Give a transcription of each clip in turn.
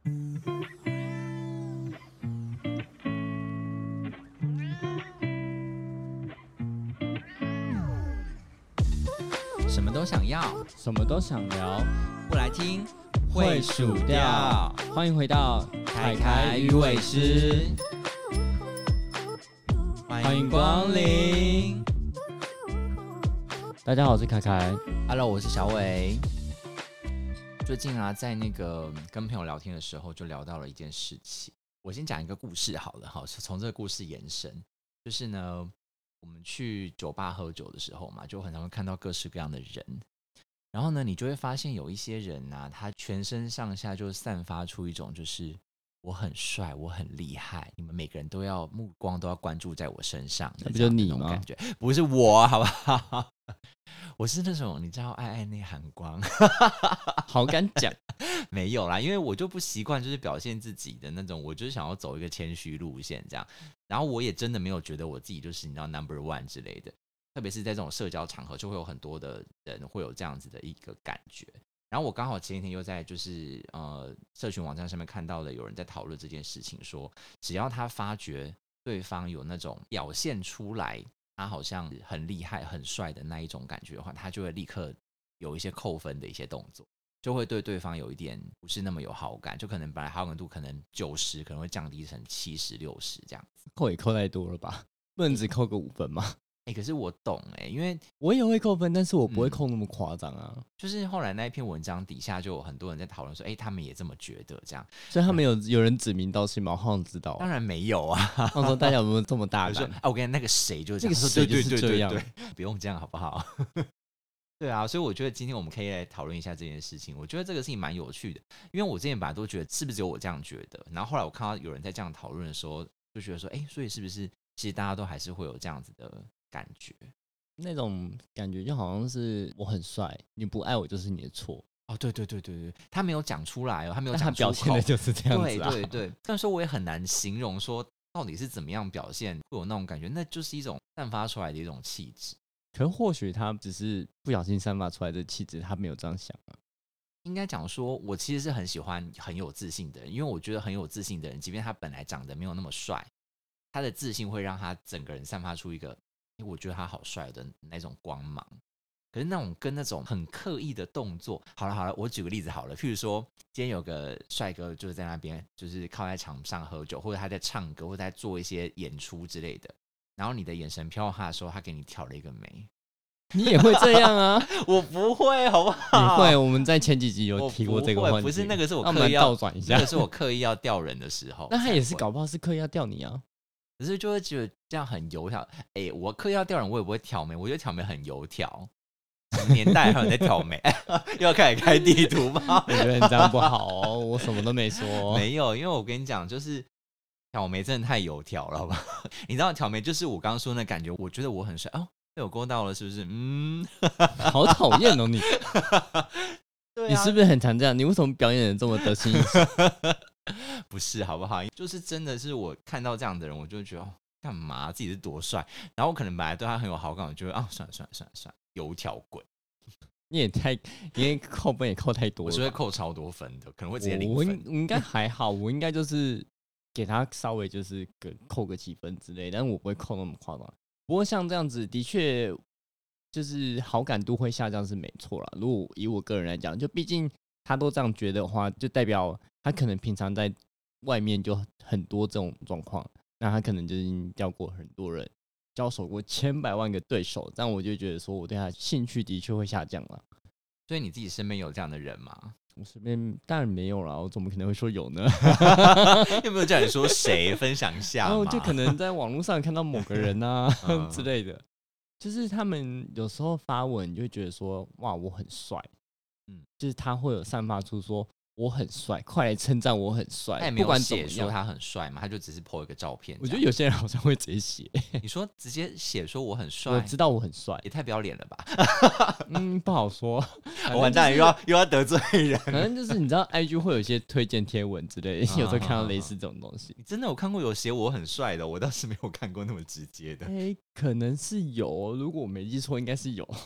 什么都想要， 什么都想聊， 不来听会数掉。欢迎回到凯凯鱼尾狮，欢迎光临。 大家好，我是凯凯。 Hello， 我是小伟。最近啊，在那个跟朋友聊天的时候，就聊到了一件事情。我先讲一个故事好了哈，从这个故事延伸，就是呢，我们去酒吧喝酒的时候嘛，就很常会看到各式各样的人。然后呢，你就会发现有一些人啊，他全身上下就散发出一种就是我很帅，我很厉害，你们每个人都要目光都要关注在我身上， 那不就你吗？ 感觉不是我，好不好？我是那种你知道爱内涵光， 好敢讲。 没有啦，因为我就不习惯就是表现自己的那种，我就是想要走一个谦虚路线这样。然后我也真的没有觉得我自己就是你知道 No.1 之类的，特别是在这种社交场合，就会有很多的人会有这样子的一个感觉。然后我刚好前一天又在就是社群网站上面看到了有人在讨论这件事情，说只要他发觉对方有那种表现出来他好像很厉害很帅的那一种感觉的话，他就会立刻有一些扣分的一些动作，就会对对方有一点不是那么有好感，就可能本来好感度可能90可能会降低成70、60这样子。 扣也扣太多了吧？不能只扣个5分吗？ 可是我懂因为我也会扣分，但是我不会扣那么夸张啊。 就是后来那一篇文章底下就有很多人在讨论说，他们也这么觉得这样。 所以他们有人指名道姓吗？我好想知道。 当然没有啊。 我说大家有没有这么大胆？ 我跟你那个谁就是这样， 那个谁就是这样， 对，不用这样好不好？对啊，所以我觉得今天我们可以来讨论一下这件事情。我觉得这个事情蛮有趣的，因为我之前本来都觉得是不是只有我这样觉得，然后后来我看到有人在这样讨论的时候，就觉得说，所以是不是其实大家都还是会有这样子的感觉？ 那种感觉就好像是我很帅，你不爱我就是你的错。 哦，对，他没有讲出来他没有讲出口， 他表现的就是这样子啊。 对，但是我也很难形容说到底是怎么样表现会有那种感觉，那就是一种散发出来的一种气质。 可是或许他只是不小心散发出来的气质，他没有这样想啊。 应该讲说，我其实是很喜欢很有自信的人，因为我觉得很有自信的人，即便他本来长得没有那么帅，他的自信会让他整个人散发出一个我觉得他好帅的那种光芒。可是那种跟那种很刻意的动作，好了，我举个例子好了，譬如说今天有个帅哥就是在那边就是靠在场上喝酒，或者他在唱歌，或者在做一些演出之类的，然后你的眼神飘到他的时候，他给你挑了一个眉， 你也会这样啊？ 我不会，好不好？ 你会，我们在前几集有提过这个问题。 不是那个是我刻意要倒转一下， 那个是我刻意要钓人的时候。 那他也是搞不好是刻意要钓你啊。 可是就会觉得这样很油条。我刻意要钓人，我也不会挑眉，我觉得挑眉很油条。什么年代还有人在挑眉？又要开始开地图吗？ 我觉得你这样不好哦，我什么都没说。 没有，因为我跟你讲，就是挑眉真的太油条了，好吧？你知道挑眉就是我刚刚说那感觉，我觉得我很帅哦，被我勾到了，是不是？ 好讨厌哦你。 对啊， 你是不是很常这样？你为什么表演的这么得心应手？ 不是，好不好？就是真的是我看到这样的人，我就觉得干嘛自己是多帅，然后我可能本来对他很有好感，我就会算了，油条鬼。 你也扣分也扣太多了， 我是会扣超多分的，可能会直接0分。 我应该还好，我应该就是给他稍微就是扣个几分之类，但我不会扣那么夸张。不过像这样子的确就是好感度会下降是没错啦。如果以我个人来讲，就毕竟他都这样觉得的话，就代表他可能平常在外面就很多这种状况，那他可能就已经钓过很多人，交手过千百万个对手，这样我就觉得说我对他兴趣的确会下降了。 所以你自己身边有这样的人吗？ 我身边当然没有啦，我怎么可能会说有呢？ 有没有叫你说谁分享一下？ 然后就可能在网络上看到某个人啊之类的，就是他们有时候发文，你就会觉得说哇我很帅，就是他会有散发出说我很帅，快来称赞我很帅。 他也没有写说他很帅嘛，他就只是 po 一个照片。 我觉得有些人好像会直接写， 你说直接写说我很帅， 我知道我很帅， 也太不要脸了吧？ 不好说。 完蛋，又要得罪人。 反正就是你知道 ，IG 会有一些推荐贴文之类的，有时候看到类似这种东西。 你真的有看过有写我很帅的？我倒是没有看过那么直接的。 可能是有，如果我没记错，应该是有。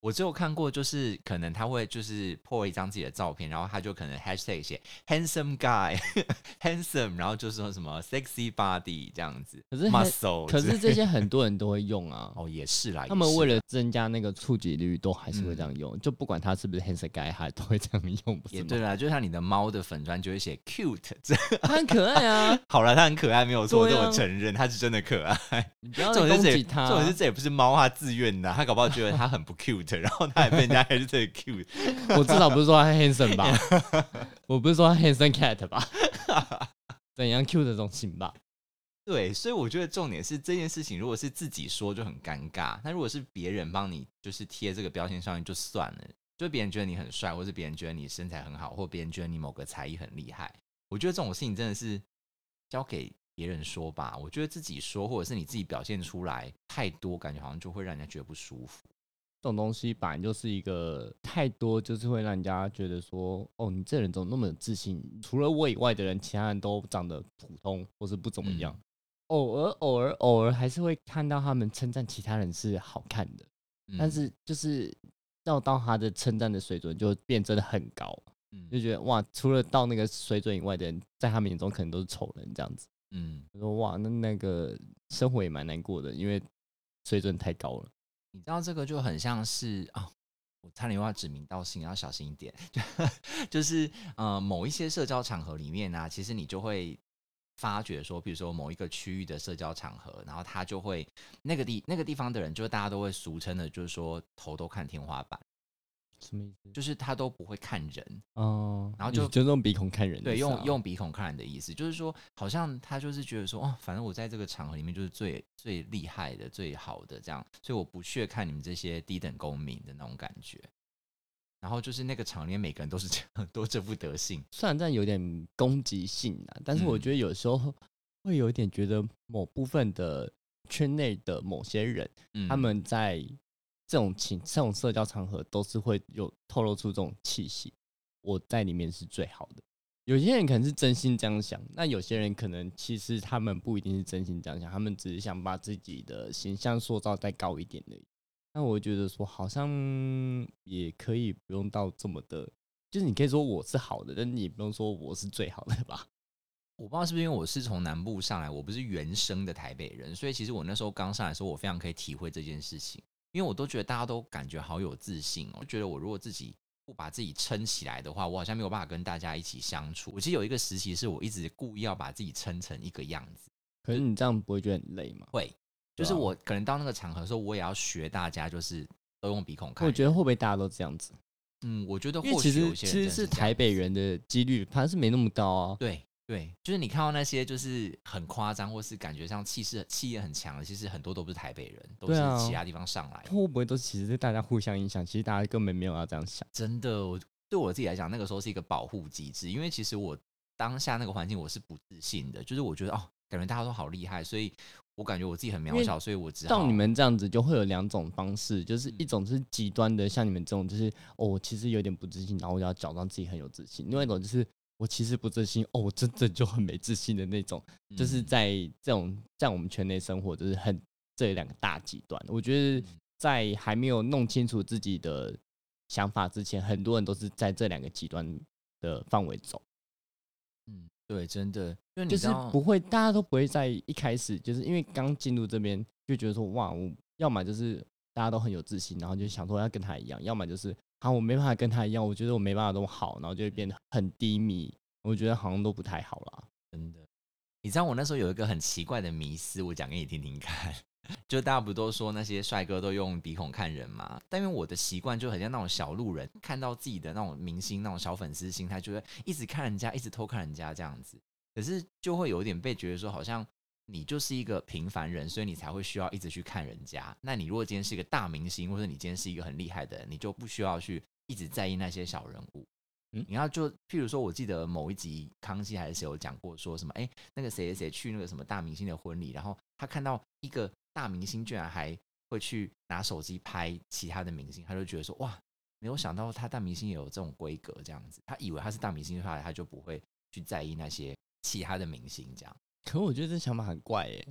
我只有看过，就是可能他会就是 po 一张自己的照片，然后他就可能 hashtag 写 handsome guy handsome， 然后就说什么 sexy body 这样子， 可是 muscle， 可是这些很多人都会用啊。 哦，也是啦， 他们为了增加那个触及率，都还是会这样用，就不管他是不是 handsome guy，他都会这样用，不是吗？ 也对啦，就像你的猫的粉专就会写 cute， 这他很可爱啊。 好了，它很可爱，没有错， 对啊这我承认，它是真的可爱。 你不要重点是攻击他， 重点是这也不是猫它自愿的，它搞不好觉得它很不 cute， 然后它也被人家还是这个 cute。 我至少不是说他 handsome 吧，我不是说他 handsome cat 吧，怎样 cute 这种行吧？ 对，所以我觉得重点是这件事情，如果是自己说就很尴尬，那如果是别人帮你就是贴这个标签上去就算了，就别人觉得你很帅，或是别人觉得你身材很好，或别人觉得你某个才艺很厉害，我觉得这种事情真的是交给别人说吧。我觉得自己说，或者是你自己表现出来太多，感觉好像就会让人家觉得不舒服。 这种东西本来就是一个太多，就是会让人家觉得说，哦，你这人怎么那么有自信？除了我以外的人，其他人都长得普通或是不怎么样。偶尔还是会看到他们称赞其他人是好看的，但是就是要到他的称赞的水准就变真的很高，就觉得哇，除了到那个水准以外的人，在他们眼中可能都是丑人这样子。就说哇，那个生活也蛮难过的，因为水准太高了。 你知道这个就很像是我差点又要指名道姓，要小心一点。就是某一些社交场合里面啊，其实你就会发觉说，比如说某一个区域的社交场合，然后他就会那个地方的人，就是大家都会俗称的，就是说头都看天花板。 什么意思？ 就是他都不会看人，然后就用鼻孔看人的意思啊， 对，用鼻孔看人的意思，就是说，好像他就是觉得说，反正我在这个场合里面就是最厉害的、最好的这样，所以我不屑看你们这些低等公民的那种感觉。然后就是那个场里面每个人都是这样，都这副德性。 虽然这样有点攻击性啊，但是我觉得有时候会有一点觉得某部分的圈内的某些人，他们在这种社交场合都是会有透露出这种气息，我在里面是最好的。有些人可能是真心这样想，那有些人可能其实他们不一定是真心这样想，他们只是想把自己的形象塑造再高一点而已。那我觉得说好像也可以不用到这么的，就是你可以说我是好的，但你也不用说我是最好的吧。 我不知道是不是因为我是从南部上来，我不是原生的台北人，所以其实我那时候刚上来的时候，我非常可以体会这件事情。因为我都觉得大家都感觉好有自信我觉得我如果自己不把自己撑起来的话，我好像没有办法跟大家一起相处。我其实有一个时期是我一直故意要把自己撑成一个样子。 可是你这样不会觉得很累吗？ 会，就是我可能到那个场合的时候，我也要学大家，就是都用鼻孔看人。 我觉得会不会大家都这样子？ 我觉得因为或许有些人其实是台北人的几率，反正是没那么高啊。 对，就是你看到那些就是很夸张，或是感觉上气焰很强的，其实很多都不是台北人，都是其他地方上来的。 会不会都其实是大家互相影响？其实大家根本没有要这样想。 真的，对我自己来讲，那个时候是一个保护机制，因为其实我当下那个环境我是不自信的，就是我觉得感觉大家都好厉害，所以我感觉我自己很渺小，所以我只好到你们这样子就会有两种方式，就是一种是极端的，像你们这种就是我其实有点不自信，然后我就要假装自己很有自信；另外一种就是我其实不自信，我真的就很没自信的那种，就是在我们圈内生活，就是这两个大极端。我觉得在还没有弄清楚自己的想法之前，很多人都是在这两个极端的范围走。 对，真的， 就是不会，大家都不会在一开始，就是因为刚进入这边就觉得说，哇，我要么就是大家都很有自信，然后就想说要跟他一样，要么就是我没办法跟他一样，我觉得我没办法那么好，然后就会变得很低迷。我觉得好像都不太好啦。 真的，你知道我那时候有一个很奇怪的迷思，我讲给你听听看。就大家不都说那些帅哥都用鼻孔看人吗？但因为我的习惯就很像那种小路人，看到自己的那种明星、那种小粉丝心态，就会一直看人家，一直偷看人家这样子。可是就会有点被觉得说，好像你就是一个平凡人，所以你才会需要一直去看人家。那你如果今天是一个大明星，或者你今天是一个很厉害的人，你就不需要去一直在意那些小人物。你要就譬如说，我记得某一集康熙还是谁有讲过，说什么那个谁谁谁去那个什么大明星的婚礼，然后他看到一个大明星居然还会去拿手机拍其他的明星，他就觉得说哇，没有想到他大明星也有这种规格这样子。他以为他是大明星，后来他就不会去在意那些其他的明星这样。 可我觉得这想法很怪耶。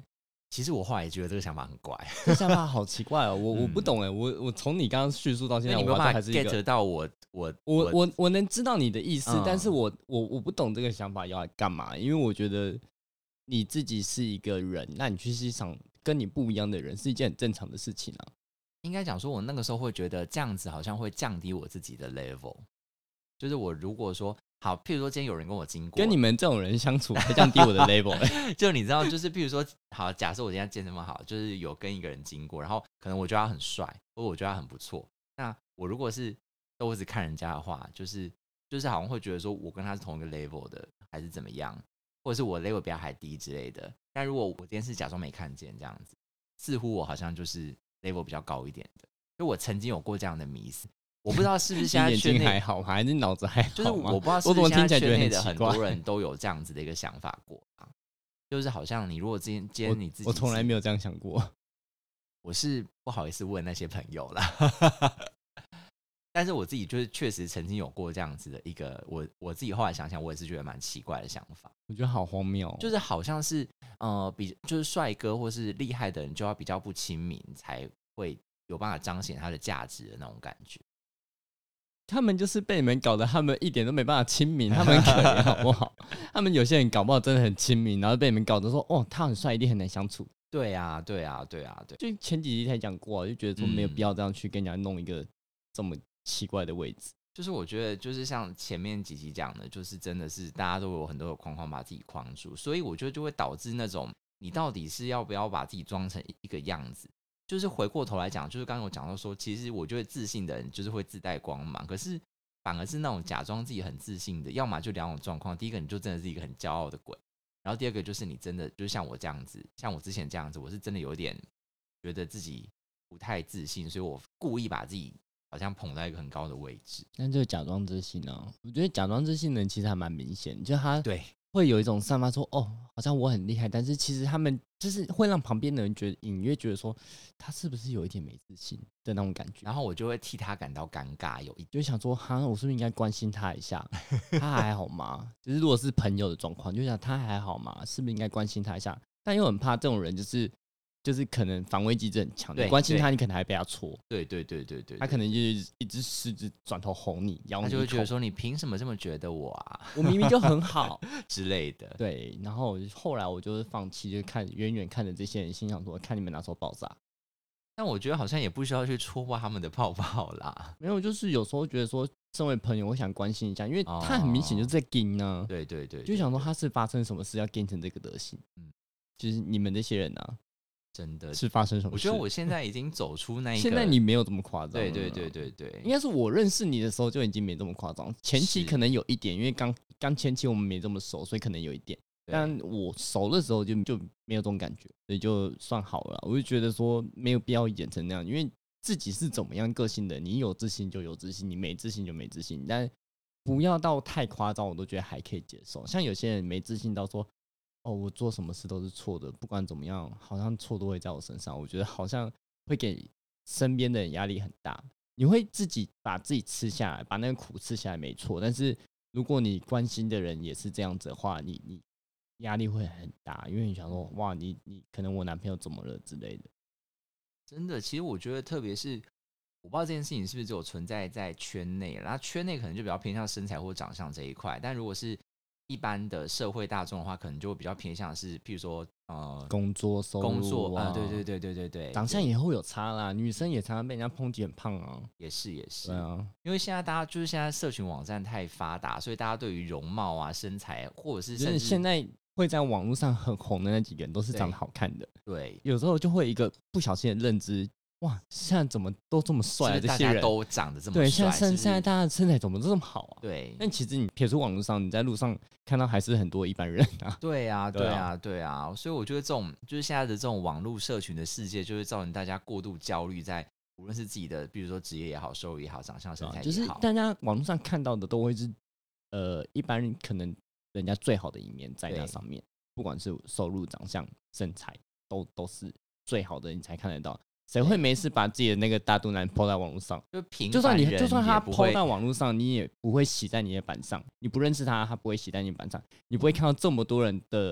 其实我后来也觉得这个想法很怪， 这想法好奇怪哦，我不懂哎，我从你刚刚叙述到现在， 你没有办法还是一个 get 到我能知道你的意思，但是我不懂这个想法要来干嘛，因为我觉得你自己是一个人，那你去欣赏跟你不一样的人是一件很正常的事情啊。 应该讲说，我那个时候会觉得这样子好像会降低我自己的 level， 就是我如果说好，譬如说今天有人跟我经过， 跟你们这种人相处会降低我的 level， 就你知道，就是譬如说，好，假设我今天健身房好，就是有跟一个人经过，然后可能我觉得他很帅，或者我觉得他很不错，那我如果是都一直看人家的话，就是好像会觉得说我跟他是同一个 level 的，还是怎么样，或者是我 level 比他还低之类的。但如果我今天是假装没看见这样子，似乎我好像就是 level 比较高一点的。就我曾经有过这样的迷思，我不知道是不是现在圈内眼睛还好吗？还是脑子还好吗？ 就是我不知道是不是现在圈内的很多人都有这样子的一个想法过啊。就是好像你如果今天你自己， 我从来没有这样想过。 我是不好意思问那些朋友啦，但是我自己就是确实曾经有过这样子的一个，我自己后来想想，我也是觉得蛮奇怪的想法。 我觉得好荒谬就是好像是就是帅哥或是厉害的人就要比较不亲民，才会有办法彰显他的价值的那种感觉。 他们就是被你们搞得他们一点都没办法亲民，他们很可怜好不好？他们有些人搞不好真的很亲民，然后被你们搞得说哦他很帅，一定很难相处。 对啊，对啊，对啊，对。 就前几集才讲过，就觉得说没有必要这样去跟人家弄一个这么奇怪的位置。 就是我觉得就是像前面几集讲的，就是真的是大家都有很多的框框把自己框住，所以我觉得就会导致那种你到底是要不要把自己装成一个样子。就是回过头来讲，就是刚刚我讲到说，其实我觉得自信的人就是会自带光芒，可是反而是那种假装自己很自信的，要么就两种状况，第一个你就真的是一个很骄傲的鬼，然后第二个就是你真的就是像我这样子，像我之前这样子，我是真的有点觉得自己不太自信，所以我故意把自己好像捧在一个很高的位置。 但这个假装自信呢，我觉得假装自信的人其实还蛮明显，就他对会有一种散发说哦，好像我很厉害，但是其实他们就是会让旁边的人觉得隐约觉得说他是不是有一点没自信的那种感觉， 然后我就会替他感到尴尬，有一就想说哈，我是不是应该关心他一下？他还好吗？就是如果是朋友的状况，就想他还好吗？是不是应该关心他一下？但又很怕这种人就是可能防卫机制很强，你关心他，你可能还被他戳。 对， 他可能就是一只狮子转头吼你，咬你， 他就会觉得说你凭什么这么觉得我啊？ 我明明就很好之类的。 对，然后后来我就是放弃，就看远远看着这些人，心想说看你们哪时候爆炸。 但我觉得好像也不需要去戳破他们的泡泡啦。 没有，就是有时候觉得说，身为朋友，我想关心一下，因为他很明显就是在跟呢。 对， 就想说他是发生什么事要跟成这个德行。就是你们这些人啊。 真的是发生什么事？ 我觉得我现在已经走出那一个， 现在你没有这么夸张。 对， 应该是我认识你的时候就已经没这么夸张。前期可能有一点，因为刚前期我们没这么熟，所以可能有一点。但我熟的时候就没有这种感觉，所以就算好了。我就觉得说没有必要演成那样，因为自己是怎么样个性的，你有自信就有自信，你没自信就没自信，但不要到太夸张，我都觉得还可以接受。像有些人没自信到说，哦，我做什么事都是错的，不管怎么样，好像错都会在我身上。我觉得好像会给身边的人压力很大。你会自己把自己吃下来，把那个苦吃下来，没错。但是如果你关心的人也是这样子的话，你压力会很大，因为你想说，哇，你可能我男朋友怎么了之类的。 真的，其实我觉得，特别是我不知道这件事情是不是只有存在在圈内，然后圈内可能就比较偏向身材或长相这一块，但如果是一般的社会大众的话，可能就会比较偏向是，譬如说工作收入、 工作啊，对， 长相也会有差啦，女生也常常被人家抨击很胖啊， 也是， 对啊， 因为现在大家就是现在社群网站太发达，所以大家对于容貌啊、身材，或者是甚至现在会在网络上很红的那几个人都是长得好看的， 对， 有时候就会一个不小心的认知。哇，现在怎么都这么帅啊？这些人都长得这么帅， 对，现在大家的身材怎么这么好啊？ 对， 但其实你撇除网络上，你在路上看到还是很多一般人啊。 对啊，所以我觉得这种就是现在的这种网络社群的世界，就会造成大家过度焦虑在，无论是自己的，比如说职业也好、收入也好、长相、身材也好， 就是大家网络上看到的都会是一般人可能人家最好的一面在那上面，不管是收入、长相、身材，都是最好的，你才看得到。谁会没事把自己的那个大肚腩 po 在网络上？就算他 po 到网络上，你也不会洗在你的板上。你不认识他，他不会洗在你的板上。你不会看到这么多人的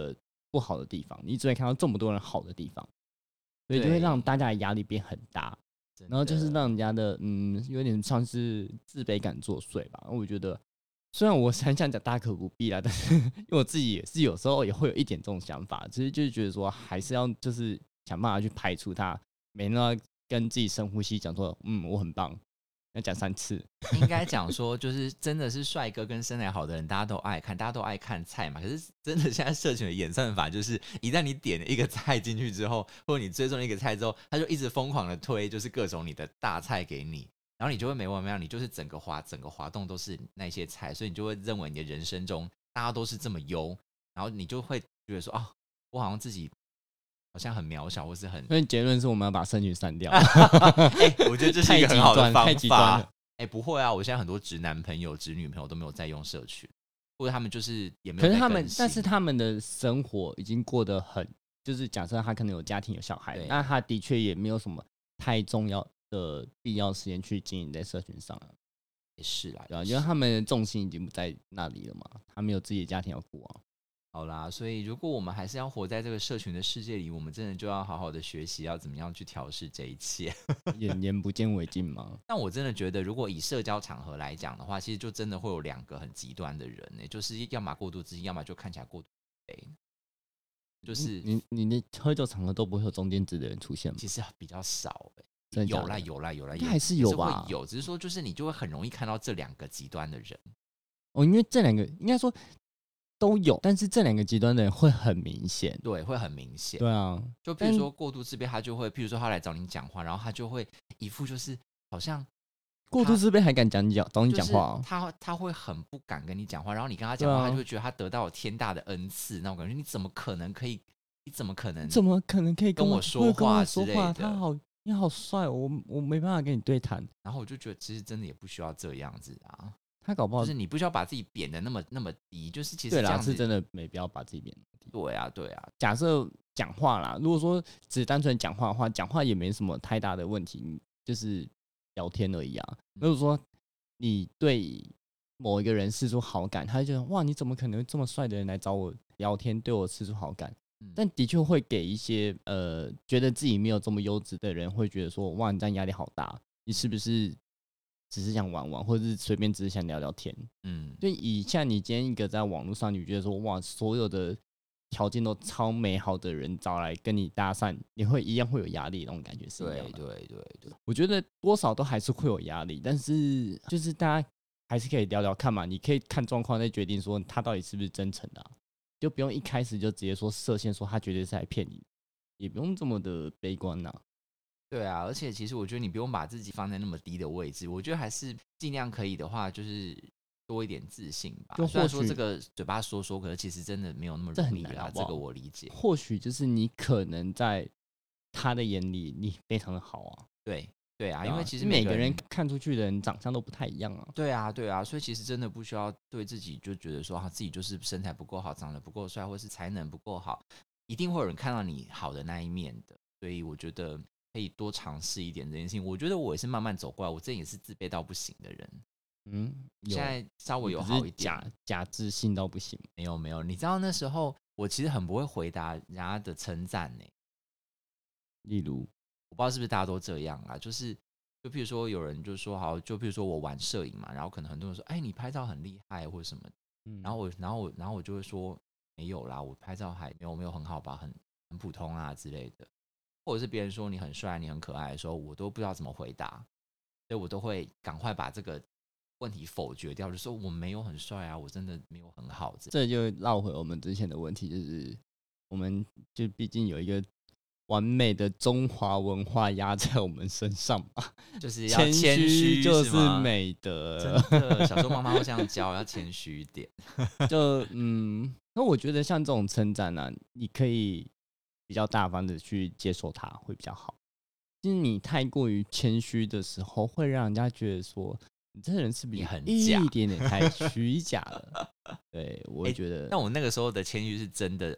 不好的地方，你只会看到这么多人好的地方，所以就会让大家的压力变很大，然后就是让人家的有点像是自卑感作祟吧。我觉得虽然我很想讲大可不必啦，但是因为我自己也是有时候也会有一点这种想法，其实就是觉得说还是要就是想办法去排除它，每天都要跟自己深呼吸讲说我很棒。要讲3次， 应该讲说，就是真的是帅哥跟身材好的人，大家都爱看，大家都爱看菜嘛。可是真的现在社群的演算法，就是一旦你点了一个菜进去之后，或者你追踪了一个菜之后，他就一直疯狂的推，就是各种你的大菜给你，然后你就会没完没了，你就是整个滑动都是那些菜，所以你就会认为你的人生中大家都是这么优，然后你就会觉得说啊，我好像自己好像很渺小，或是很…… 所以结论是我们要把社群删掉。 我觉得这是一个很好的方法。 太极端了。 不会啊，我现在很多直男朋友、直女朋友都没有在用社群，或者他们就是也没有在更新。 可是他们，但是他们的生活已经过得很，就是假设他可能有家庭有小孩，那他的确也没有什么太重要的必要时间去经营在社群上啊。 也是啦， 对啊，因为他们的重心已经不在那里了嘛，他们有自己的家庭要顾啊。 好啦，所以如果我们还是要活在这个社群的世界里，我们真的就要好好的学习，要怎么样去调试这一切。 眼不见为净嘛。 但我真的觉得，如果以社交场合来讲的话，其实就真的会有2个很极端的人，就是要么过度自信，要么就看起来过度自卑。就是你的喝酒场合都不会有中间值的人出现吗？ 其实比较少有啦， 应该还是有吧？ 会有，只是说就是你就会很容易看到这2个极端的人。 因为这2个应该说都有，但是这2个极端的人会很明显， 对，会很明显。 对啊， 就比如说过度自卑，他就会，譬如说他来找你讲话，然后他就会一副就是好像过度自卑还敢找你讲话， 他会很不敢跟你讲话，然后你跟他讲话，他就会觉得他得到了天大的恩赐，那种感觉，你怎么可能可以跟我说话之类的？ 你好帅，我没办法跟你对谈。 然后我就觉得其实真的也不需要这样子啊。 他搞不好就是你不需要把自己贬得那么低，就是其实对啦， 这样子是真的没必要把自己贬得低。 对啊。 假设讲话啦，如果说只单纯讲话的话，讲话也没什么太大的问题，就是聊天而已啊。如果说你对某一个人释出好感，他就觉得哇，你怎么可能这么帅的人来找我聊天，对我释出好感？但的确会给一些觉得自己没有这么优质的人，会觉得说哇，你这样压力好大，你是不是只是想玩玩，或者是随便只是想聊聊天？所以像你今天一个在网络上，你觉得说哇，所有的条件都超美好的人找来跟你搭讪，你会一样会有压力，那种感觉是一样的。 对， 我觉得多少都还是会有压力，但是就是大家还是可以聊聊看嘛，你可以看状况再决定说他到底是不是真诚的啊。就不用一开始就直接说设限，说他绝对是来骗你，也不用这么的悲观呐。 对啊，而且其实我觉得你不用把自己放在那么低的位置，我觉得还是尽量可以的话，就是多一点自信吧。虽然说这个嘴巴说，可是其实真的没有那么容易啦，这个我理解。 或许就是你可能在他的眼里，你非常的好啊。 对啊，因为其实每个人看出去的人长相都不太一样啊。 对啊，所以其实真的不需要对自己就觉得说自己就是身材不够好，长得不够帅，或是才能不够好，一定会有人看到你好的那一面的。所以我觉得可以多尝试一点这件事情。我觉得我也是慢慢走过来，我之前也是自卑到不行的人。现在稍微有好一点， 假自信到不行。 没有，你知道那时候我其实很不会回答人家的称赞呢。 例如。 我不知道是不是大家都这样啦，就譬如说有人就说好，就譬如说我玩摄影嘛，然后可能很多人说，你拍照很厉害或者什么，然后我就会说没有啦，我拍照还没有很好吧，很普通啊之类的，或者是别人说你很帅、你很可爱的时候，我都不知道怎么回答，所以我都会赶快把这个问题否决掉，就说我没有很帅啊，我真的没有很好。 这就绕回我们之前的问题，就是我们就毕竟有一个完美的中华文化压在我们身上吧， 就是要谦虚， 就是美德。 真的，小时候妈妈会这样教，要谦虚一点。 那我觉得像这种称赞啊，你可以比较大方的去接受它，会比较好。就是你太过于谦虚的时候，会让人家觉得说你这个人是不是很假，一点点太虚假了。对，我觉得。 但我那个时候的谦虚是真的，我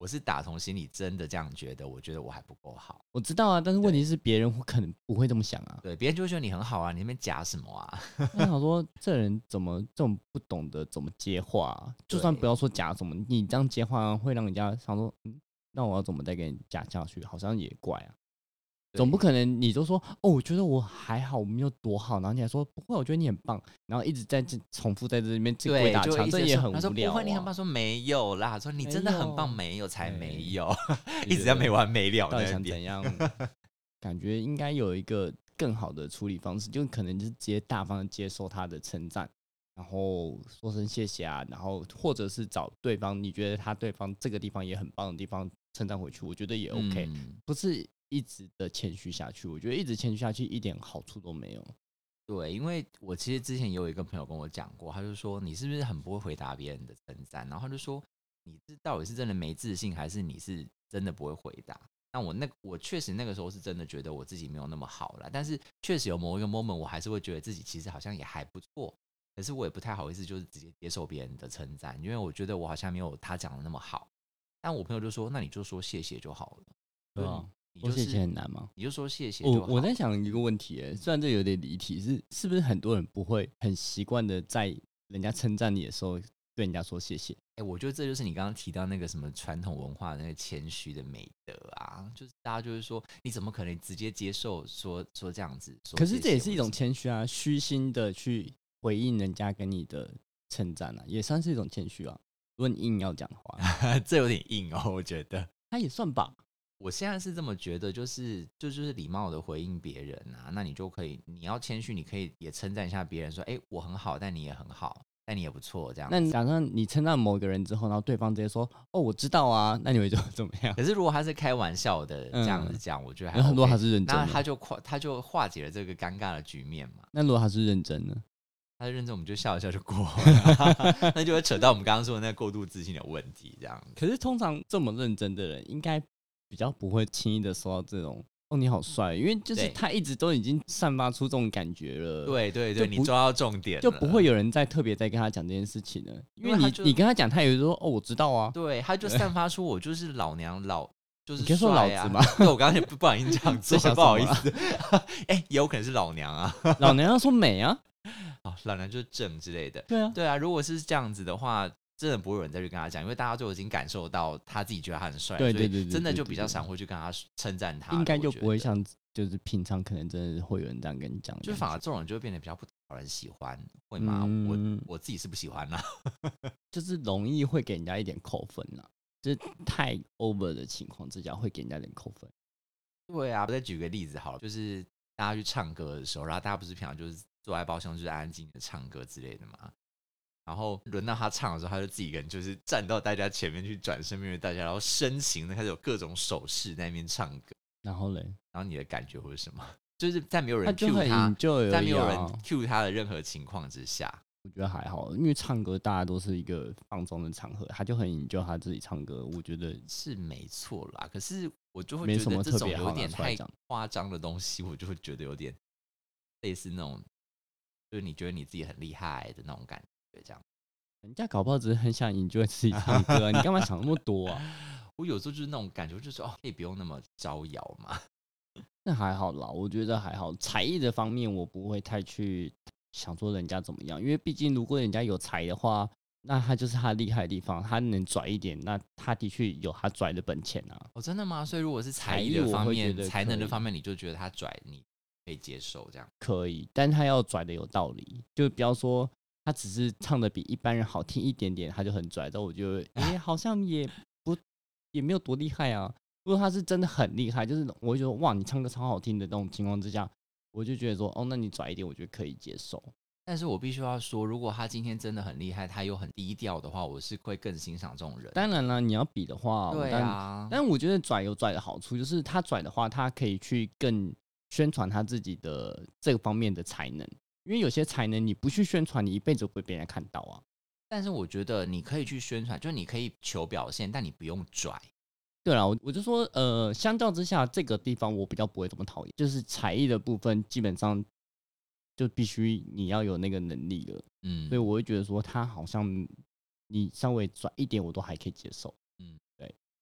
我是打从心里真的这样觉得，我觉得我还不够好。 我知道啊，但是问题是别人可能不会这么想啊。 对，别人就会觉得你很好啊，你那边假什么啊？ 我想说，这人怎么这么不懂得怎么接话啊？就算不要说假什么，你这样接话会让人家想说，那我要怎么再给你假下去？好像也怪啊。总不可能你就说哦，我觉得我还好，我没有多好，然后你还说不会，我觉得你很棒，然后一直在这重复在这里面鬼打墙，这也很无聊。 他说不会，你很棒，说没有啦，说你真的很棒，没有才没有，一直在没完没了。 到底想怎样？感觉应该有一个更好的处理方式，就可能就是直接大方的接受他的称赞，然后说声谢谢啊，然后或者是找对方你觉得对方这个地方也很棒的地方称赞回去，我觉得也 OK，不是一直的谦虚下去，我觉得一直谦虚下去一点好处都没有。 对，因为我其实之前也有一个朋友跟我讲过，他就说你是不是很不会回答别人的称赞，然后他就说你到底是真的没自信，还是你是真的不会回答？那我确实那个时候是真的觉得我自己没有那么好啦，但是确实有某一个 moment 我还是会觉得自己其实好像也还不错，可是我也不太好意思就是直接接受别人的称赞，因为我觉得我好像没有他讲的那么好。但我朋友就说那你就说谢谢就好了。 对啊，说谢谢很难吗？ 你就说谢谢就好。 我在想一个问题，虽然这有点离题，是不是很多人不会很习惯的在人家称赞你的时候对人家说谢谢？ 我觉得这就是你刚刚提到那个什么传统文化的那个谦虚的美德啊，就是大家就是说你怎么可能直接接受说这样子说谢谢？ 可是这也是一种谦虚啊，虚心的去回应人家跟你的称赞啊，也算是一种谦虚啊。如果你硬要讲的话， 这有点硬哦，我觉得他也算吧。 我现在是这么觉得，就是礼貌的回应别人啊，那你就可以，你要谦虚，你可以也称赞一下别人，说，我很好，但你也很好，但你也不错，这样。 那假设你称赞某个人之后，然后对方直接说，哦，我知道啊，那你会怎么样？ 可是如果他是开玩笑的这样子讲，我觉得还 OK，如果他是认真的， 那他就化解了这个尴尬的局面嘛。 那如果他是认真的？ 他认真我们就笑一笑就过了，那就会扯到我们刚刚说的那个过度自信的问题，这样。 可是通常这么认真的人，应该比较不会轻易的说到这种哦你好帅，因为就是他一直都已经散发出这种感觉了。 对对对，你抓到重点了， 就不会有人再特别再跟他讲这件事情了，因为你跟他讲，他也说哦我知道啊， 对，他就散发出我就是老娘就是你可以说老子吗？ 对，我刚才不小心这样做，不好意思。也有可能是老娘啊， 老娘要说美啊。 老娘就是正之类的。 对啊， 如果是这样子的话，真的不会有人再去跟他讲，因为大家就已经感受到他自己觉得他很帅， 对， 真的就比较少会去跟他称赞他， 应该就不会像就是平常可能真的会有人这样跟你讲， 就反而这种人就会变得比较不讨人喜欢，会吗？我自己是不喜欢啦， 就是容易会给人家一点扣分啦，就是太 over 的情况之下会给人家点扣分。 对啊，我再举个例子好了，就是大家去唱歌的时候，然后大家不是平常就是坐在包厢就是安安静静的唱歌之类的嘛，然后轮到他唱的时候，他就自己一个人就是站到大家前面去转身面对大家，然后深情的开始有各种手势在那边唱歌。 然后你的感觉会是什么？就是在没有人 cue 他，在没有人 cue 他的任何情况之下， 我觉得还好，因为唱歌大家都是一个放松的场合，他就很enjoy他自己唱歌，我觉得是没错啦。可是我就会觉得这种有点太夸张的东西，我就会觉得有点类似那种，就是你觉得你自己很厉害的那种感觉，这样。 人家搞不好只是很想enjoy自己唱歌啊，你干嘛想那么多啊？ 我有时候就是那种感觉，就是可以不用那么招摇嘛。 那还好啦，我觉得还好。才艺的方面，我不会太去想说人家怎么样，因为毕竟如果人家有才的话，那他就是他厉害的地方，他能拽一点，那他的确有他拽的本钱啊。 真的吗？所以如果是才艺的方面、才能的方面，你就觉得他拽，你可以接受这样？ 可以，但他要拽的有道理，就不要说他只是唱的比一般人好听一点点，他就很拽，但我觉得好像也没有多厉害啊。如果他是真的很厉害，就是我会觉得哇，你唱歌超好听的那种情况之下，我就觉得说哦，那你拽一点，我觉得可以接受。 但是我必须要说，如果他今天真的很厉害，他又很低调的话，我是会更欣赏这种人。 当然了，你要比的话， 对啊。 但我觉得拽有拽的好处，就是他拽的话，他可以去更宣传他自己的这个方面的才能，因为有些才能你不去宣传，你一辈子不会被人家看到啊。 但是我觉得你可以去宣传，就是你可以求表现，但你不用拽。 对啦，我就说，相较之下，这个地方我比较不会这么讨厌，就是才艺的部分，基本上就必须你要有那个能力了，所以我会觉得说，他好像你稍微拽一点，我都还可以接受，对。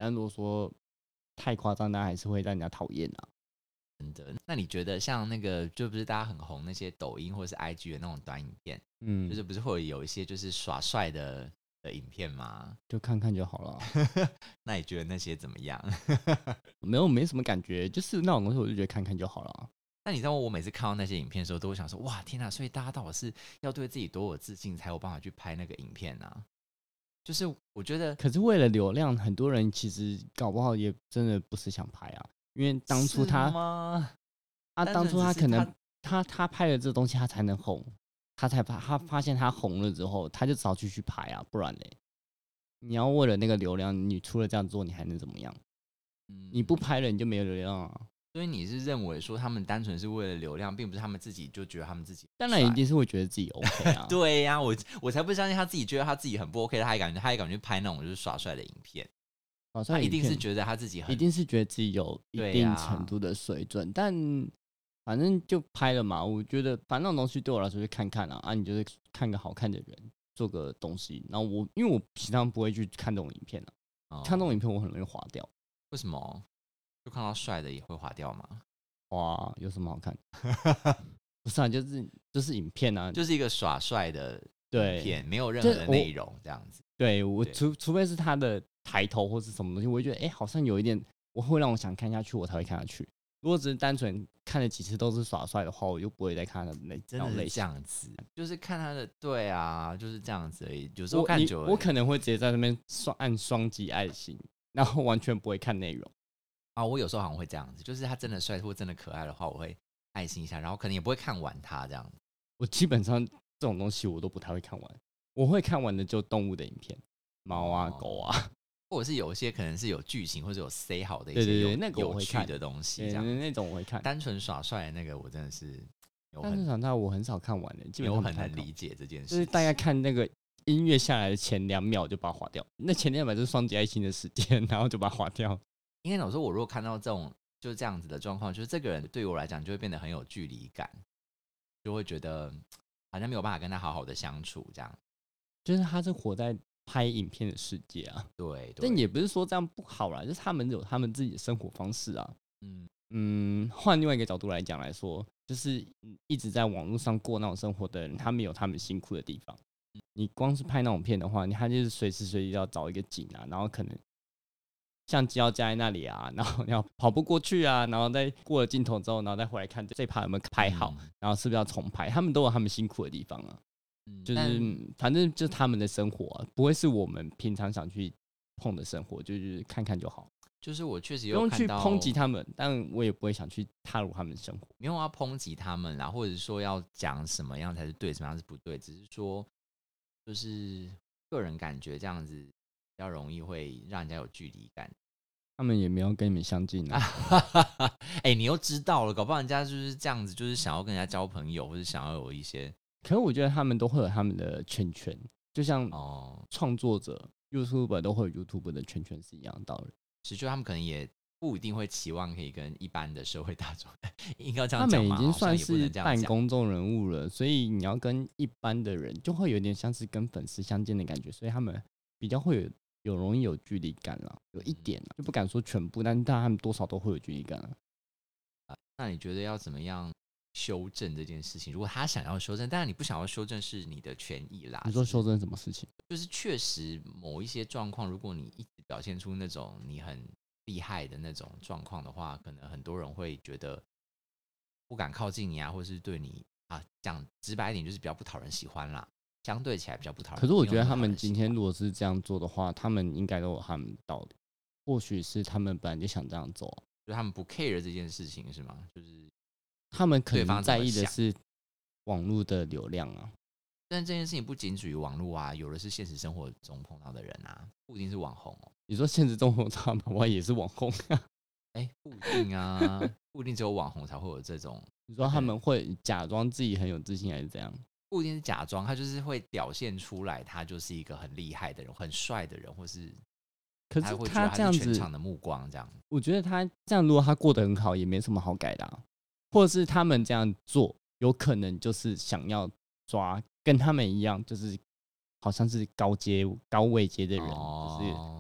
但如果说太夸张，那还是会让人家讨厌啊。 真的。那你觉得像那个就不是大家很红那些抖音或是 IG 的那种短影片，就是不是会有一些就是耍帅的影片吗？ 就看看就好了。 那你觉得那些怎么样？ 没什么感觉，就是那种东西我就觉得看看就好了。 那你知道我每次看到那些影片的时候，都会想说，哇，天哪！所以大家到底是要对自己多有自信，才有办法去拍那个影片啊？就是我觉得， 可是为了流量，很多人其实搞不好也真的不是想拍啊，因为当初当初他可能他拍了这东西，他才能红，他发现他红了之后，他就只好继续拍啊，不然嘞，你要为了那个流量，你除了这样做，你还能怎么样？你不拍了，你就没有流量啊。 所以你是认为说他们单纯是为了流量，并不是他们自己就觉得他们自己当然一定是会觉得自己 OK 啊。 对呀、我才不相信他自己觉得他自己很不 OK，他也敢去拍那种就是耍帅的影片。他一定是觉得他自己很， 一定是觉得自己有一定程度的水准，但反正就拍了嘛。我觉得反正那种东西对我来说就看看啊，你就是看个好看的人做个东西。然后因为我平常不会去看这种影片啊，看这种影片我很容易滑掉。 为什么？就看到帅的也会滑掉吗？ 哇，有什么好看？不是啊，就是影片啊， 就是一个耍帅的影片，没有任何的内容这样子。 对我除非是他的抬头或是什么东西，我会觉得好像有一点，我会让我想看下去，我才会看下去。如果只是单纯看了几次都是耍帅的话，我就不会再看他的那真的是这样子，就是看他的，对啊，就是这样子而已。有时候看久了， 我可能会直接在那边按双击爱心，然后完全不会看内容。 啊，我有时候好像会这样子，就是他真的帅或真的可爱的话，我会爱心一下，然后可能也不会看完他这样子。 我基本上这种东西我都不太会看完，我会看完的就动物的影片，猫啊、狗啊， 或者是有一些可能是有剧情或者有 say 好的一些有趣的东西，这样那种我会看。 单纯耍帅的那个我真的是， 单纯耍帅我很少看完的，基本上很难理解这件事， 就是大概看那个音乐下来的前2秒就把它划掉，那前2秒就是双击爱心的时间，然后就把它划掉。 应该有时候我如果看到这种就是这样子的状况，就是这个人对于我来讲就会变得很有距离感，就会觉得好像没有办法跟他好好的相处，这样。 就是他是活在拍影片的世界啊， 对， 但也不是说这样不好啦，就是他们有他们自己的生活方式啊。换另外一个角度来讲来说，就是一直在网络上过那种生活的人，他们有他们辛苦的地方。你光是拍那种片的话，他就是随时随地要找一个景啊，然后可能相机要架在那里啊，然后要跑步过去啊，然后再过了镜头之后，然后再回来看这趴有没有拍好，然后是不是要重拍，他们都有他们辛苦的地方啊。就是反正就是他们的生活啊，不会是我们平常想去碰的生活，就是看看就好。 就是我确实不用去抨击他们，但我也不会想去踏入他们的生活。 没有要抨击他们啦，或者说要讲什么样才是对，什么样是不对，只是说就是个人感觉这样子比较容易会让人家有距离感。 他们也没有跟你们相近啊。 你又知道了，搞不好人家就是这样子，就是想要跟人家交朋友，或者想要有一些。 可是我觉得他们都会有他们的圈圈，就像创作者、YouTuber 都会有 YouTuber 的圈圈是一样的道理。 其实他们可能也不一定会期望可以跟一般的社会大众，应该这样讲嘛。 他们已经算是半公众人物了，所以你要跟一般的人，就会有点像是跟粉丝相见的感觉，所以他们比较会有容易有距离感啦，有一点就不敢说全部，但他们多少都会有距离感啊。 那你觉得要怎么样修正这件事情？如果他想要修正，当然你不想要修正是你的权益啦。 你说修正什么事情？ 就是确实某一些状况，如果你一直表现出那种你很厉害的那种状况的话，可能很多人会觉得不敢靠近你啊，或是对你啊，讲直白一点就是比较不讨人喜欢啦。相对起来比较不讨人喜欢。 可是我觉得他们今天如果是这样做的话，他们应该都有他们的道理。或许是他们本来就想这样做， 就他们不 care 这件事情是吗？就是他们可能在意的是网络的流量啊。 但这件事情不仅止于网络啊，有的是现实生活中碰到的人啊，不一定是网红哦。 你说现实中碰到的话也是网红啊？ 不一定啊，不一定只有网红才会有这种。 你说他们会假装自己很有自信，还是怎样？ 不一定是假装，他就是会表现出来，他就是一个很厉害的人，很帅的人，或是可是他这样子全场的目光这样。 我觉得他这样，如果他过得很好，也没什么好改的啊。或者是他们这样做，有可能就是想要抓跟他们一样，就是好像是高位阶的人，就是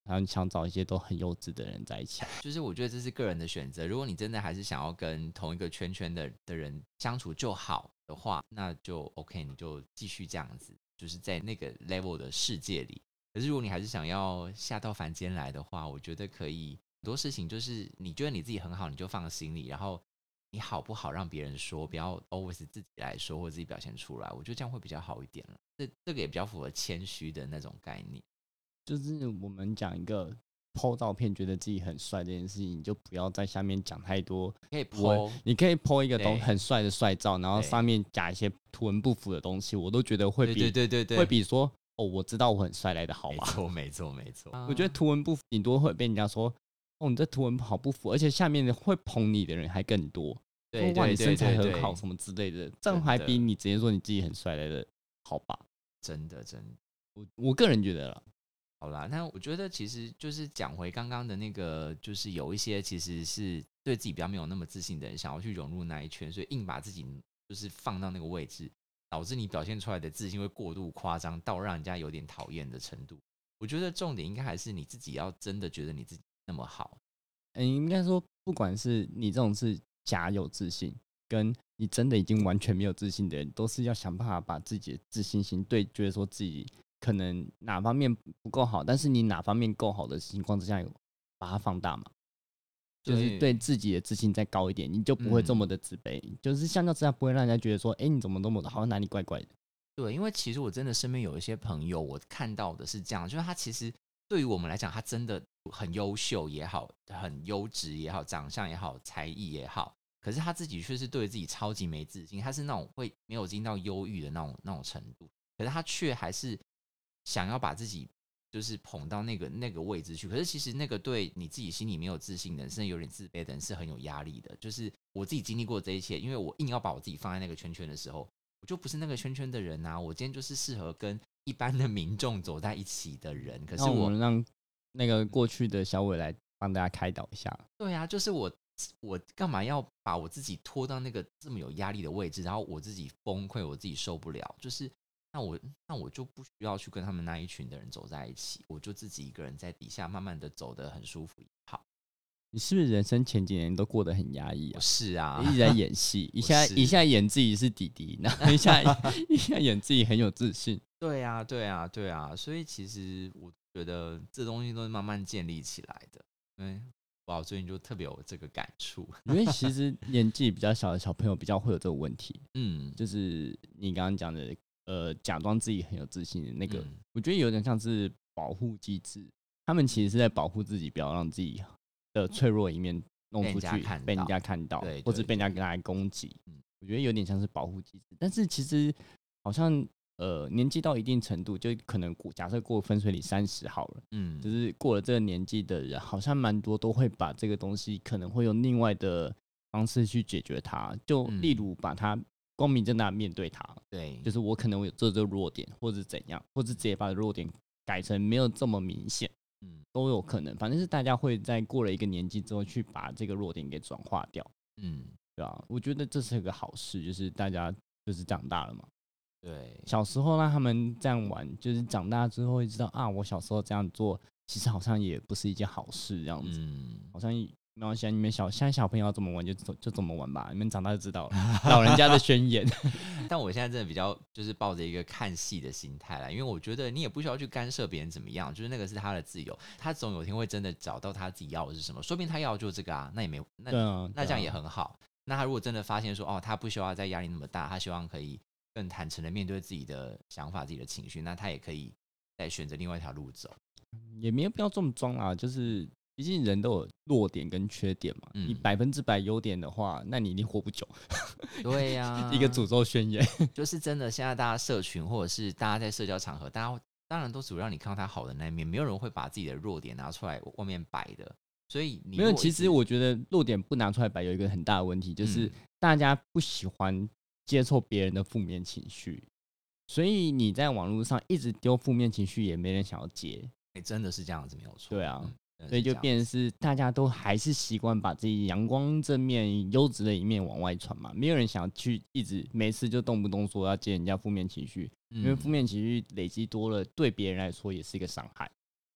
然后想找一些都很幼稚的人在一起。 就是我觉得这是个人的选择。如果你真的还是想要跟同一个圈圈的人相处就好的话，那就 OK， 你就继续这样子，就是在那个 level 的世界里。可是如果你还是想要下到凡间来的话，我觉得可以很多事情就是你觉得你自己很好，你就放心里，然后你好不好让别人说，不要 always 自己来说或自己表现出来，我觉得这样会比较好一点了。这个也比较符合谦虚的那种概念。 就是我们讲一个 po 照片觉得自己很帅这件事情，你就不要在下面讲太多。 可以 po， 你可以 po 一个对很帅的帅照，然后上面加一些图文不符的东西，我都觉得会比对会比说哦我知道我很帅来的好吧。 没错。 我觉得图文不符顶多会被人家说哦你这图文好不符，而且下面会捧你的人还更多。 对哇，你身材很好什么之类的，这样还比你直接说你自己很帅来的好吧？ 真的， 我个人觉得啦。 好啦，那我觉得其实就是讲回刚刚的那个，就是有一些其实是对自己比较没有那么自信的人，想要去融入那一圈，所以硬把自己就是放到那个位置，导致你表现出来的自信会过度夸张到让人家有点讨厌的程度。我觉得重点应该还是你自己要真的觉得你自己那么好。 应该说，不管是你这种是假有自信，跟你真的已经完全没有自信的人，都是要想办法把自己的自信心觉得说自己可能哪方面不够好，但是你哪方面够好的情况之下，把它放大嘛，就是对自己的自信再高一点，你就不会这么的自卑。就是相较之下，不会让人家觉得说，你怎么那么好像哪里怪怪的。 对，因为其实我真的身边有一些朋友，我看到的是这样，就是他其实对于我们来讲，他真的很优秀也好，很优质也好，长相也好，才艺也好，可是他自己却是对自己超级没自信，他是那种会没有经到忧郁的那种程度，可是他却还是想要把自己就是捧到那个位置去。可是其实那个对你自己心里没有自信的人，甚至有点自卑的人是很有压力的。就是我自己经历过这一切，因为我硬要把我自己放在那个圈圈的时候，我就不是那个圈圈的人啊，我今天就是适合跟一般的民众走在一起的人。可是我们让那个过去的小伟来帮大家开导一下。 对啊，就是我干嘛要把我自己拖到那个这么有压力的位置，然后我自己崩溃，我自己受不了，就是那我就不需要去跟他们那一群的人走在一起，我就自己一个人在底下慢慢的走得很舒服。好， 你是不是人生前几年都过得很压抑啊？ 是啊， 一直在演戏，一下演自己是弟弟，然后一下演自己很有自信。 对啊，所以其实我觉得这东西都是慢慢建立起来的。我最近就特别有这个感触， 因为其实年纪比较小的小朋友比较会有这个问题。就是你刚刚讲的，假装自己很有自信的那个，我觉得有点像是保护机制，他们其实是在保护自己，不要让自己的脆弱一面弄出去，被人家看到，或者被人家跟他攻击。我觉得有点像是保护机制，但是其实好像年纪到一定程度，就可能假设过分水岭30好了，就是过了这个年纪的人，好像蛮多都会把这个东西可能会用另外的方式去解决它，就例如把它光明正大面对它。 对， 就是我可能有这弱点，或者怎样，或者直接把弱点改成没有这么明显，都有可能。反正是大家会在过了一个年纪之后去把这个弱点给转化掉。对啊，我觉得这是个好事，就是大家就是长大了嘛。 对， 小时候让他们这样玩，就是长大之后会知道啊，我小时候这样做，其实好像也不是一件好事，这样子。好像没关系，你们现在小朋友要怎么玩就怎么玩吧，你们长大就知道了。老人家的宣言。 但我现在真的比较就是抱着一个看戏的心态啦，因为我觉得你也不需要去干涉别人怎么样，就是那个是他的自由，他总有一天会真的找到他自己要的是什么，说不定他要的就是这个啊，那也没那这样也很好。那他如果真的发现说他不需要再压力那么大，他希望可以更坦诚的面对自己的想法、自己的情绪，那他也可以再选择另外一条路走。 也没有必要这么装啊，就是毕竟人都有弱点跟缺点嘛。你100%优点的话，那你一定活不久。 对呀， 一个诅咒宣言。 就是真的，现在大家社群或者是大家在社交场合，大家当然都只让你看到他好的那一面，没有人会把自己的弱点拿出来外面摆的。所以你没有，其实我觉得弱点不拿出来摆有一个很大的问题，就是大家不喜欢接受别人的负面情绪，所以你在网络上一直丢负面情绪，也没人想要接。 真的是这样子，没有错。 对啊，所以就变成是大家都还是习惯把自己阳光正面优质的一面往外传嘛，没有人想要去一直每次就动不动说要接人家负面情绪，因为负面情绪累积多了，对别人来说也是一个伤害。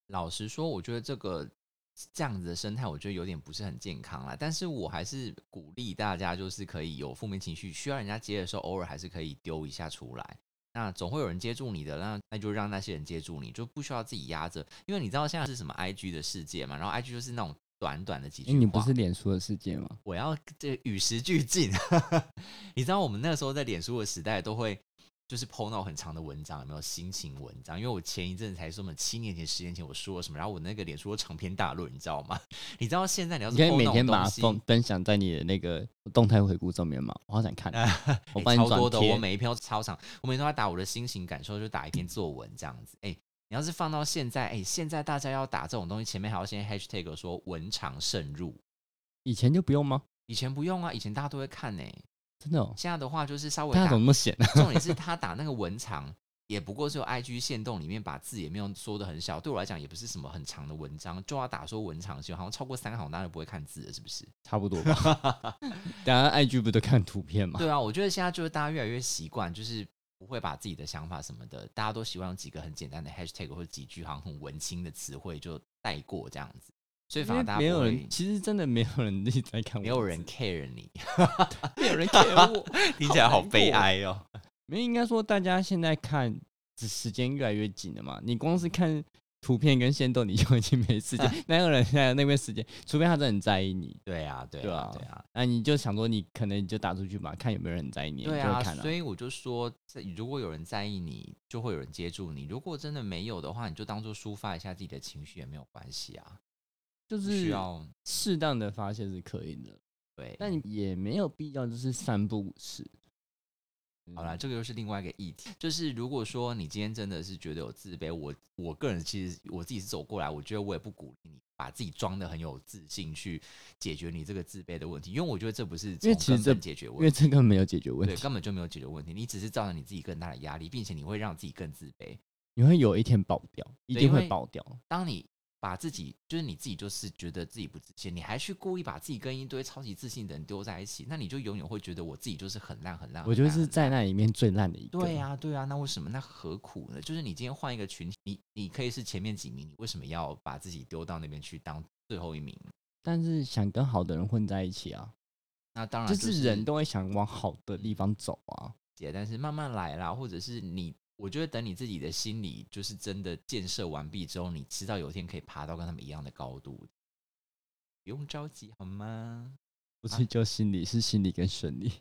老实说，我觉得这样子的生态，我觉得有点不是很健康啦。但是我还是鼓励大家，就是可以有负面情绪，需要人家接的时候，偶尔还是可以丢一下出来。那总会有人接住你的，那就让那些人接住你，就不需要自己压着。因为你知道现在是什么 IG 的世界嘛，然后 IG 就是那种短短的几句话。 你不是脸书的世界吗？ 我要这与时俱进。你知道我们那个时候在脸书的时代都会就是 po 那种很长的文章，有没有心情文章？因为我前一阵子才说我们7年前、10年前我说了什么，然后我那个脸书长篇大论，你知道吗？你知道现在你要是 po 你可以每天那把它种东西， 分享在你的那个动态回顾上面嘛，我好想看，我帮你超多的， 转贴我每一篇都超长，我每天都在打我的心情感受，就打一篇作文这样子。你要是放到现在，现在大家要打这种东西，前面还要先 hashtag 说文长慎入。 以前就不用吗？ 以前不用啊，以前大家都会看呢。 真的哦， 现在的话就是稍微大家怎么那么闲啊？ 重点是他打那个文长，也不过是有 IG 限动里面把字也没有缩得很小，对我来讲也不是什么很长的文章，就要打说文长好像超过3行，当然不会看字了，是不是？ 差不多吧。大家 IG 不都看图片吗？ 对啊，我觉得现在就是大家越来越习惯，就是不会把自己的想法什么的，大家都喜欢用几个很简单的 hashtag 或者几句好像很文青的词汇就带过这样子，所以反而大家没有不会人，其实真的没有人一直在看我， 没有人 care 你， 没有人 care 我， 听起来好悲哀哦。 没有，应该说大家现在看时间越来越紧了嘛，你光是看图片跟限动你就已经没时间，哪有人现在那边时间？除非他真的很在意你。 对啊，对啊，对啊。 那你就想说，你可能你就打出去嘛，看有没有人在意你， 对啊， 你就会看啊。 所以我就说，如果有人在意你，就会有人接住你；如果真的没有的话，你就当做抒发一下自己的情绪也没有关系啊。 就是需要适当的发泄是可以的， 对， 但也没有必要就是3不5时。 好啦，这个又是另外一个议题。就是如果说你今天真的是觉得有自卑，我个人其实我自己是走过来，我觉得我也不鼓励你把自己装得很有自信去解决你这个自卑的问题，因为我觉得这不是从根本解决问题， 因为这个没有解决问题， 对，根本就没有解决问题，你只是造成你自己更大的压力，并且你会让自己更自卑， 你会有一天爆掉，一定会爆掉。 当你把自己就是你自己就是觉得自己不自信，你还去故意把自己跟一堆超级自信的人丢在一起，那你就永远会觉得我自己就是很烂很烂。 我觉得是在那里面最烂的一个。 对啊，对啊，那为什么？那何苦呢？就是你今天换一个群体，你可以是前面几名，你为什么要把自己丢到那边去当最后一名？ 但是想跟好的人混在一起啊， 那当然就是人都会想往好的地方走啊。 但是慢慢来啦，或者是我觉得等你自己的心理就是真的建设完毕之后，你知道有一天可以爬到跟他们一样的高度，不用着急好吗？ 不是就心理，是心理跟生理，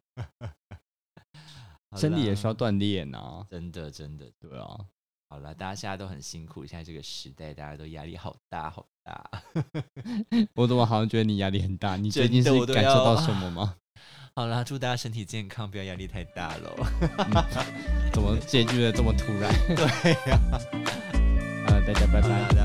生理也需要锻炼啊。 真的，真的， 对啊。 好了，大家现在都很辛苦，现在这个时代大家都压力好大好大。 我怎么好像觉得你压力很大？你最近是感受到什么吗？ 好啦，祝大家身体健康，不要压力太大咯。 怎么结局的这么突然？ 对呀、 大家拜拜。